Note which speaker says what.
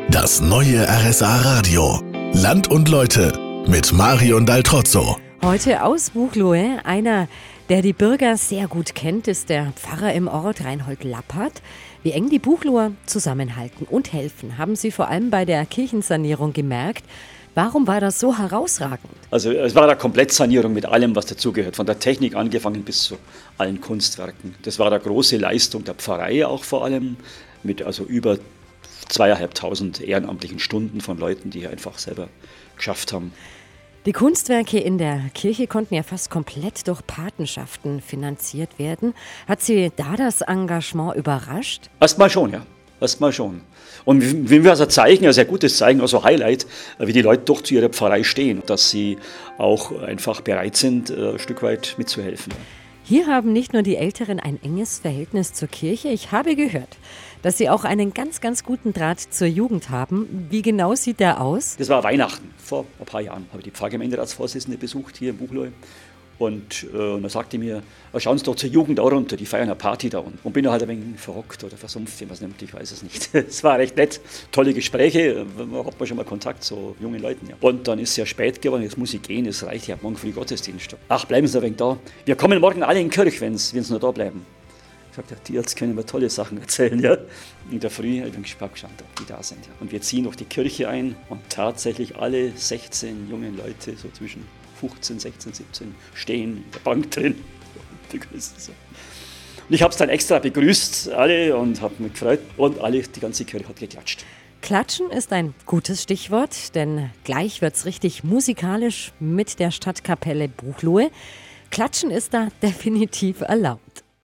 Speaker 1: Das neue RSA Radio. Land und Leute mit Marion Daltrozzo.
Speaker 2: Heute aus Buchloe. Einer, der die Bürger sehr gut kennt, ist der Pfarrer im Ort, Reinhold Lappert. Wie eng die Buchloer zusammenhalten und helfen, haben sie vor allem bei der Kirchensanierung gemerkt. Warum war das so herausragend?
Speaker 3: Also es war eine Komplettsanierung mit allem, was dazugehört, von der Technik angefangen bis zu allen Kunstwerken. Das war eine große Leistung der Pfarrei auch vor allem, mit also über 2.500 ehrenamtlichen Stunden von Leuten, die hier einfach selber geschafft haben.
Speaker 2: Die Kunstwerke in der Kirche konnten ja fast komplett durch Patenschaften finanziert werden. Hat Sie da das Engagement überrascht?
Speaker 3: Erstmal schon, ja. Erstmal schon. Und wenn wir also zeigen, ein sehr gutes Zeichen, also Highlight, wie die Leute doch zu ihrer Pfarrei stehen, dass sie auch einfach bereit sind, ein Stück weit mitzuhelfen.
Speaker 2: Hier haben nicht nur die Älteren ein enges Verhältnis zur Kirche. Ich habe gehört, dass Sie auch einen ganz, ganz guten Draht zur Jugend haben. Wie genau sieht der aus?
Speaker 3: Das war Weihnachten. Vor ein paar Jahren habe ich die Pfarrgemeinderatsvorsitzende besucht hier in Buchloe. Und da sagte mir, schauen Sie doch zur Jugend auch runter, die feiern eine Party da unten. Und bin da halt ein wenig verrockt oder versumpft, wie man es nimmt, ich weiß es nicht. Es war recht nett, tolle Gespräche, da hat man schon mal Kontakt zu jungen Leuten. Ja. Und dann ist es ja spät geworden, jetzt muss ich gehen, es reicht, ich habe morgen früh Gottesdienst. Ach, bleiben Sie ein wenig da. Wir kommen morgen alle in die Kirche, wenn Sie nur da bleiben. Ich sagte, die jetzt können wir tolle Sachen erzählen. Ja. In der Früh habe ich gespannt geschaut, ob die da sind. Ja. Und wir ziehen noch die Kirche ein und tatsächlich alle 16 jungen Leute, so zwischen 15, 16, 17 stehen in der Bank drin und begrüßen sie. Und ich habe es dann extra begrüßt, alle, und habe mich gefreut. Und die ganze Kirche hat geklatscht.
Speaker 2: Klatschen ist ein gutes Stichwort, denn gleich wird es richtig musikalisch mit der Stadtkapelle Buchloe. Klatschen ist da definitiv erlaubt.